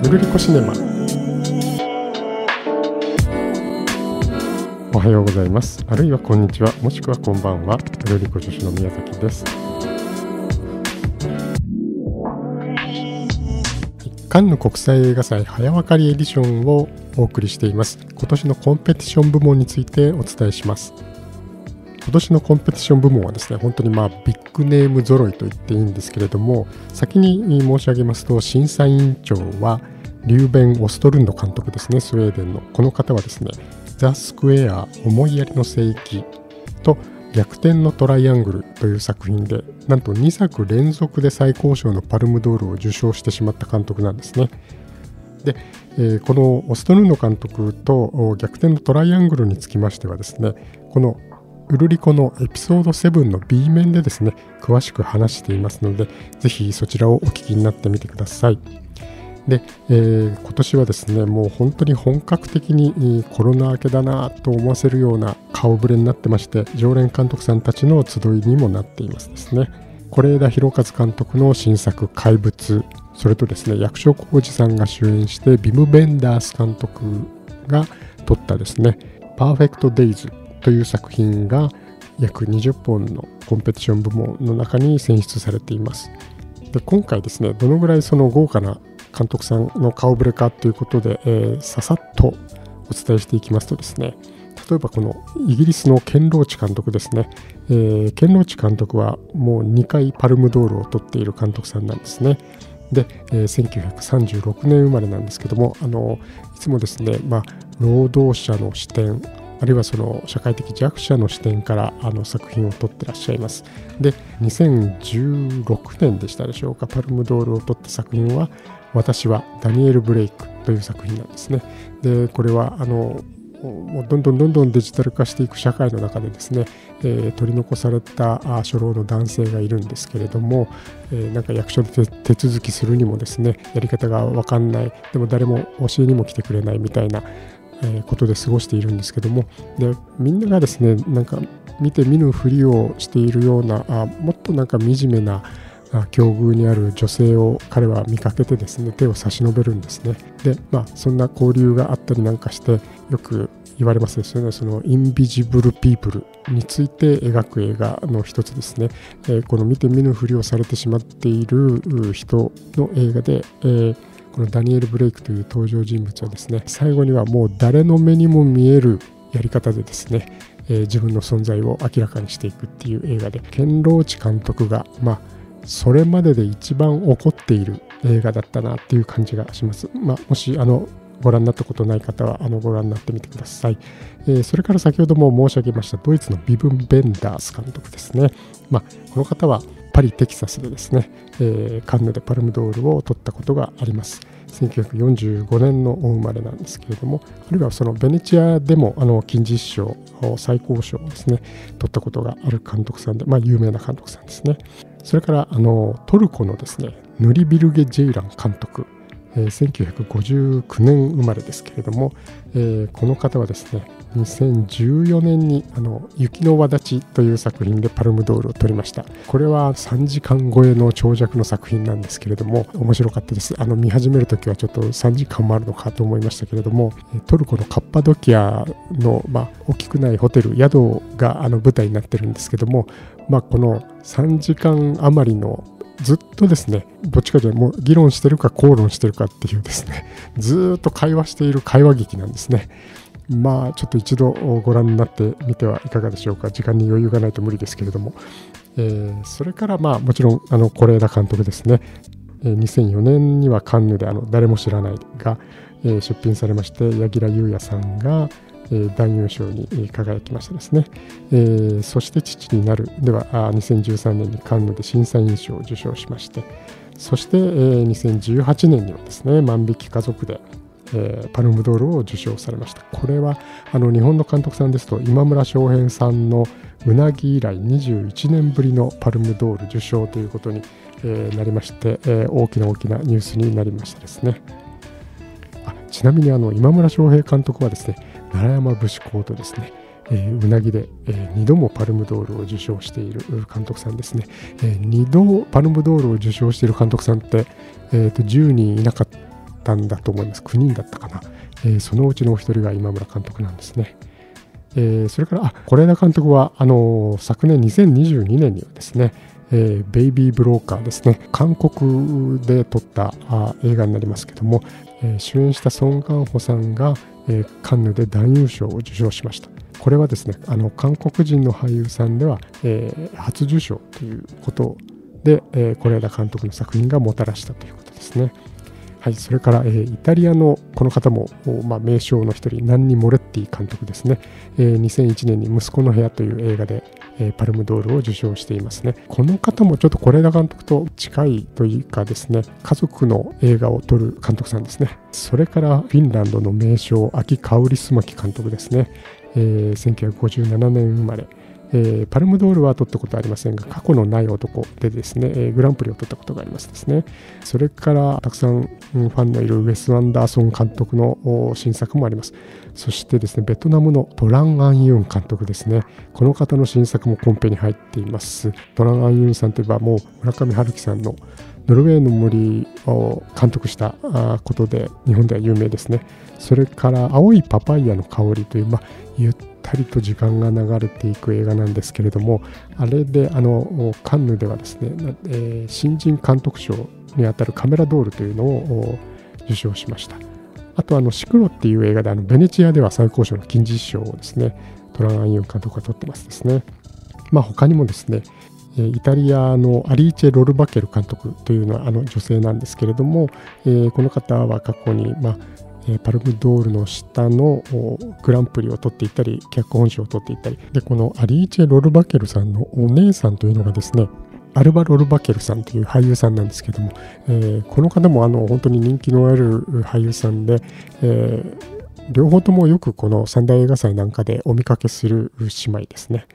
ウルリコシネマ。おはようございます。あるいはこんにちは、もしくはこんばんは。ウルリコ助手の宮崎です。カンヌ国際映画祭早わかりエディションをお送りしています。今年のコンペティション部門についてお伝えします。今年のコンペティション部門はですね、本当にビッグネーム揃いと言っていいんですけれども、先に申し上げますと、審査委員長はリューベン・オストルンド監督ですね、スウェーデンの。この方はですね、ザ・スクエア思いやりの聖域と逆転のトライアングルという作品で、なんと2作連続で最高賞のパルムドールを受賞してしまった監督なんですね。で、このオストルンド監督と逆転のトライアングルにつきましてはですね、このウルリコのエピソード7の B 面でですね、詳しく話していますので、ぜひそちらをお聞きになってみてください。で、今年はですね、もう本当に本格的にコロナ明けだなと思わせるような顔ぶれになってまして、常連監督さんたちの集いにもなっていますですね。是枝裕和監督の新作怪物、それとですね、役所広司さんが主演してビム・ベンダース監督が撮ったですね、パーフェクト・デイズという作品が約20本のコンペティション部門の中に選出されています。で、今回ですね、どのぐらいその豪華な監督さんの顔ぶれかということで、ささっとお伝えしていきますとですね、例えばこのイギリスのケン・ローチ監督ですね、ケン・ローチ監督はもう2回パルムドールを取っている監督さんなんですね。で、1936年生まれなんですけども、いつもですね、労働者の視点、あるいはその社会的弱者の視点から作品を撮ってらっしゃいます。で、2016年でしたでしょうか、パルムドールを撮った作品は私はダニエル・ブレイクという作品なんですね。で、これはもうどんどんデジタル化していく社会の中でですね、取り残された初老の男性がいるんですけれども、なんか役所で手続きするにもですね、やり方が分かんない、でも誰も教えにも来てくれないみたいなことで過ごしているんですけども、でみんながですね、なんか見て見ぬふりをしているようなもっとなんか惨めな境遇にある女性を彼は見かけてですね、手を差し伸べるんですね。で、そんな交流があったりなんかして、よく言われますですよね、そのインビジブルピープルについて描く映画の一つですね。この見て見ぬふりをされてしまっている人の映画で、このダニエル・ブレイクという登場人物はですね、最後にはもう誰の目にも見えるやり方でですね、自分の存在を明らかにしていくっていう映画で、ケン・ローチ監督がそれまでで一番怒っている映画だったなっていう感じがします。もしご覧になったことない方はご覧になってみてください。それから先ほども申し上げましたドイツのビブン・ベンダース監督ですね。この方はパリ・テキサスでですね、カンヌでパルムドールを取ったことがあります。1945年のお生まれなんですけれども、あるいはそのベネチアでも金獅子賞最高賞をですね取ったことがある監督さんで、有名な監督さんですね。それからトルコのですね、ヌリビルゲ・ジェイラン監督、1959年生まれですけれども、この方はですね、2014年に雪の輪立ちという作品でパルムドールを取りました。これは3時間超えの長尺の作品なんですけれども、面白かったです。見始めるときはちょっと3時間もあるのかと思いましたけれども、トルコのカッパドキアの、大きくないホテル、宿が舞台になってるんですけども、この3時間余りのずっとですね、どっちかというともう議論してるか口論してるかっていうですね、ずっと会話している会話劇なんですね。ちょっと一度ご覧になってみてはいかがでしょうか。時間に余裕がないと無理ですけれども、それからもちろん是枝監督ですね。2004年にはカンヌで誰も知らないが、出品されまして、柳楽優弥さんが男優賞に輝きましたですね。そして父になるでは2013年にカンヌで審査員賞を受賞しまして、そして、2018年にはですね、万引き家族で、パルムドールを受賞されました。これは日本の監督さんですと今村翔平さんのうなぎ以来21年ぶりのパルムドール受賞ということに、なりまして、大きなニュースになりましたですね。ちなみに今村翔平監督はですね、奈良山節考とですね、うなぎで、2度もパルムドールを受賞している監督さんですね。2度パルムドールを受賞している監督さんって、10人いなかったんだと思います。9人だったかな。そのうちのお一人が今村監督なんですね。それから是枝監督は昨年2022年にはですね、ベイビーブローカーですね、韓国で撮った映画になりますけども、主演したソン・ガンホさんが、カンヌで男優賞を受賞しました。これはですね、韓国人の俳優さんでは、初受賞ということで、是枝監督の作品がもたらしたということですね。はい、それから、イタリアのこの方も、名将の一人、ナンニ・モレッティ監督ですね。2001年に息子の部屋という映画で、パルムドールを受賞していますね。この方もちょっと是枝監督と近いというかですね、家族の映画を撮る監督さんですね。それからフィンランドの名将、アキ・カウリスマキ監督ですね。1957年生まれ。パルムドールは取ったことはありませんが、過去のない男でですね、グランプリを取ったことがありますですね。それからたくさんファンのいるウェス・アンダーソン監督の新作もあります。そしてですね、ベトナムのトラン・アン・ユン監督ですね。この方の新作もコンペに入っています。トラン・アン・ユンさんといえばもう村上春樹さんのノルウェーの森を監督したことで日本では有名ですね。それから青いパパイヤの香りという、ゆったりと時間が流れていく映画なんですけれども、あれでカンヌではですね、新人監督賞にあたるカメラドールというのを受賞しました。あとシクロっていう映画でベネチアでは最高賞の金獅子賞をですね、トラン・アン・ユン監督が取ってますですね。他にもですね、イタリアのアリーチェ・ロルバケル監督というのは女性なんですけれども、この方は過去に、パルムドールの下のグランプリを取っていったり、脚本賞を取っていったりで、このアリーチェ・ロルバケルさんのお姉さんというのがですね、アルバ・ロルバケルさんという俳優さんなんですけども、この方も本当に人気のある俳優さんで、両方ともよくこの三大映画祭なんかでお見かけする姉妹ですね。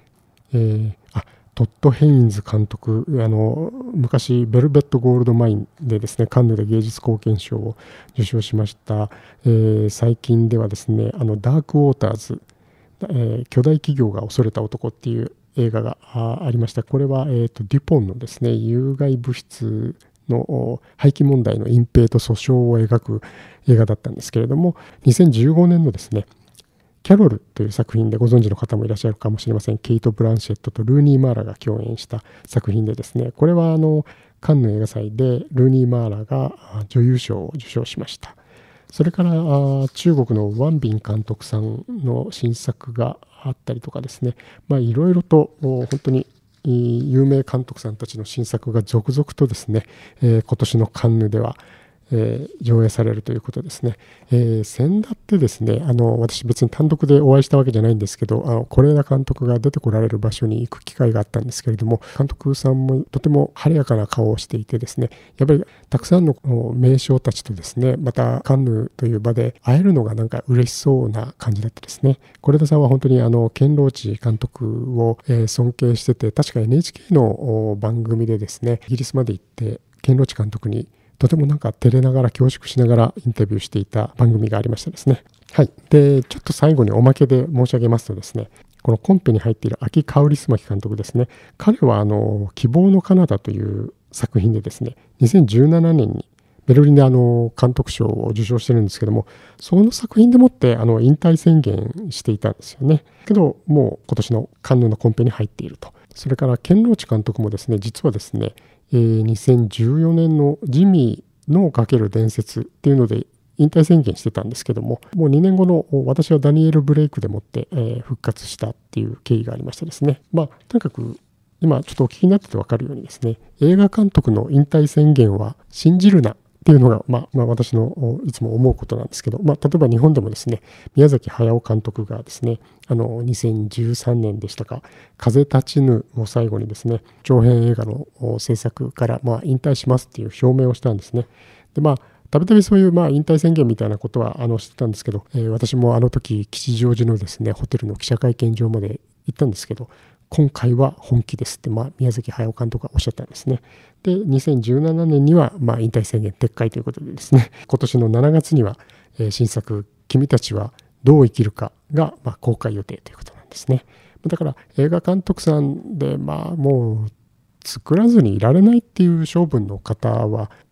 トッド・ヘインズ監督、昔ベルベット・ゴールドマインでですね、カンヌで芸術貢献賞を受賞しました。最近ではですね、ダーク・ウォーターズ、巨大企業が恐れた男っていう映画がありました。これは、デュポンのですね、有害物質の廃棄問題の隠蔽と訴訟を描く映画だったんですけれども、2015年のですね、キャロルという作品でご存知の方もいらっしゃるかもしれません。ケイト・ブランシェットとルーニー・マーラが共演した作品でですね、これはカンヌ映画祭でルーニー・マーラが女優賞を受賞しました。それから中国のワン・ビン監督さんの新作があったりとかですね、いろいろと本当に有名監督さんたちの新作が続々とですね、今年のカンヌでは上映されるということですね。先だってですね、私別に単独でお会いしたわけじゃないんですけど、是枝監督が出てこられる場所に行く機会があったんですけれども、監督さんもとても晴れやかな顔をしていてですね、やっぱりたくさんの名将たちとですね、またカンヌという場で会えるのがなんか嬉しそうな感じだったですね。是枝さんは本当にケンローチ監督を尊敬してて、確か NHK の番組でですね、イギリスまで行ってケンローチ監督にとてもなんか照れながら恐縮しながらインタビューしていた番組がありましたですね。はい。で、ちょっと最後におまけで申し上げますとですね、このコンペに入っているアキ・カウリスマキ監督ですね。彼は希望のカナダという作品でですね、2017年にベルリンで監督賞を受賞してるんですけども、その作品でもって引退宣言していたんですよね。けど、もう今年のカンヌのコンペに入っていると。それからケンローチ監督もですね、実はですね、2014年のジミーのかける伝説っていうので引退宣言してたんですけども、もう2年後の私はダニエル・ブレイクでもって復活したっていう経緯がありましてですね、とにかく今ちょっとお聞きになってて分かるようにですね、映画監督の引退宣言は信じるなっていうのが、私のいつも思うことなんですけど、例えば日本でもですね、宮崎駿監督がですね、2013年でしたか、風立ちぬを最後にですね、長編映画の制作から引退しますっていう表明をしたんですね。で、たびたびそういう引退宣言みたいなことはしてたんですけど、私も時吉祥寺のですね、ホテルの記者会見場まで行ったんですけど、今回は本気ですって、宮崎駿監督がおっしゃったんですね。で、2017年には引退宣言撤回ということでですね、今年の7月には新作「君たちはどう生きるか」が公開予定ということなんですね。だから映画監督さんでもう作らずにいられないっていう性分の方は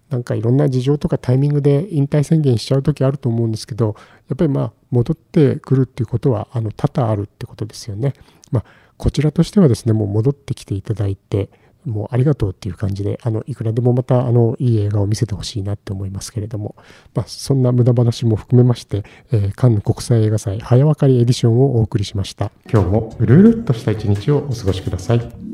なんかいろんな事情とかタイミングで引退宣言しちゃう時あると思うんですけど、やっぱり戻ってくるっていうことは多々あるってことですよね。こちらとしてはですね、もう戻ってきていただいて、もうありがとうっていう感じで、いくらでもまたいい映画を見せてほしいなって思いますけれども、そんな無駄話も含めまして、カンヌ国際映画祭早わかりエディションをお送りしました。今日もうるうるっとした一日をお過ごしください。